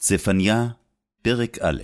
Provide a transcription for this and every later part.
צפניה, פרק א'.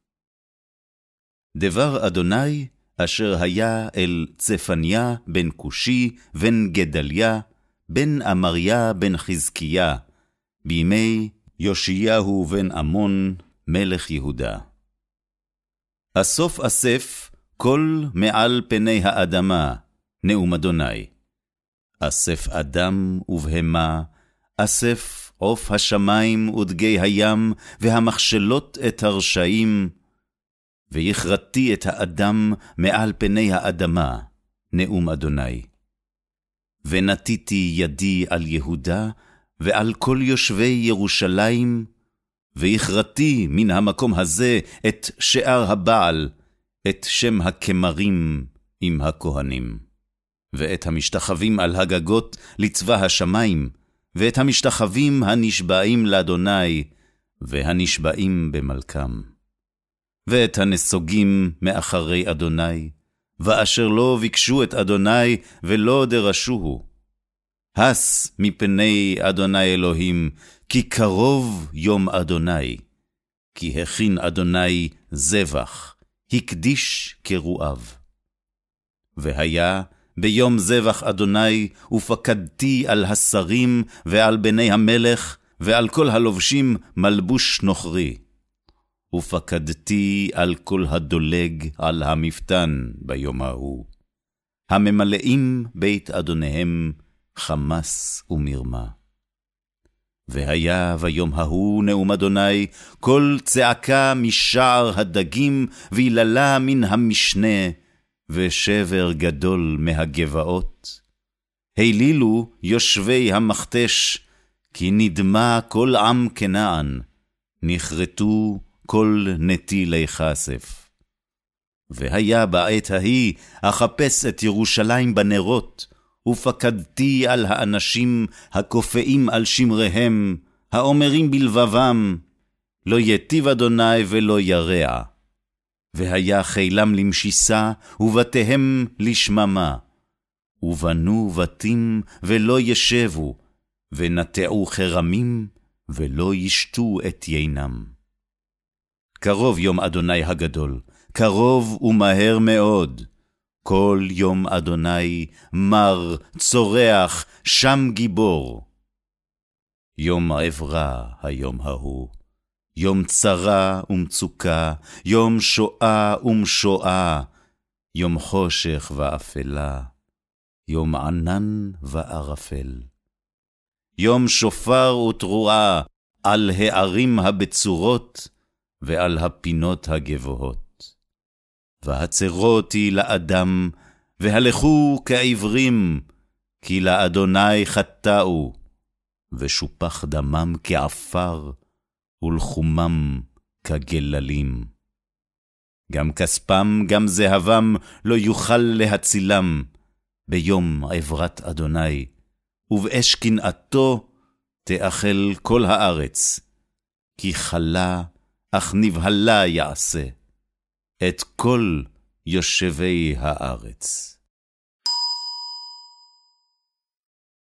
דבר אדוני אשר היה אל צפניה בן כושי בן גדליה, בן אמריה בן חזקיה, בימי יאשיהו בן אמון מלך יהודה. אסוף אסף כל מעל פני האדמה, נאום אדוני. אסף אדם ובהמה, אסף עוף השמיים ודגי הים, והמכשלות את הרשעים, ויכרתי את האדם מעל פני האדמה, נאום אדוני. ונתיתי ידי על יהודה, ועל כל יושבי ירושלים, ויכרתי מן המקום הזה את שער הבעל, את שם הכמרים עם הכהנים, ואת המשתחווים על הגגות לצבא השמיים, ואת המשתחווים הנשבעים לאדוני, והנשבעים במלכם. ואת הנסוגים מאחרי אדוני, ואשר לא ביקשו את אדוני ולא דרשוהו. הס מפני אדוני אלוהים, כי קרוב יום אדוני. כי הכין אדוני זבח, הקדיש כרועיו. והיה ביום זבח אדוני, ופקדתי על השרים ועל בני המלך, ועל כל הלובשים מלבוש נוכרי. ופקדתי על כל הדולג על המפתן ביום ההוא, הממלאים בית אדוניהם חמס ומרמה. והיה ביום ההוא נאום אדוני, כל צעקה משער הדגים, ויללה מן המשנה, ושבר גדול מהגבעות. הילילו יושבי המכתש, כי נדמה כל עם כנען, נכרתו כל נטילי כסף. והיה בעת ההיא אחפש את ירושלים בנרות, ופקדתי על האנשים הכופאים על שמריהם, האומרים בלבבם, לא יטיב אדוני ולא ירע. והיה חילם למשיסה, ובתיהם לשממה. ובנו בתים ולא ישבו, ונטעו חרמים ולא ישתו את יינם. קרוב יום אדוני הגדול, קרוב ומהר מאוד. כל יום אדוני מר, צורח, שם גיבור. יום עברה היום ההוא, יום צרה ומצוקה, יום שואה ומשואה, יום חושך ואפלה, יום ענן וערפל. יום שופר ותרועה על הערים הבצורות ועל הפינות הגבוהות. והצרותי לאדם, והלכו כעברים, כי לאדוני חטאו, ושופח דמם כעפר, ולחומם כגללים. גם כספם, גם זהבם, לא יוכל להצילם, ביום עברת אדוני, ובאש קנאתו תאכל כל הארץ, כי חלה, אך נבהלה יעשה, את כל יושבי הארץ.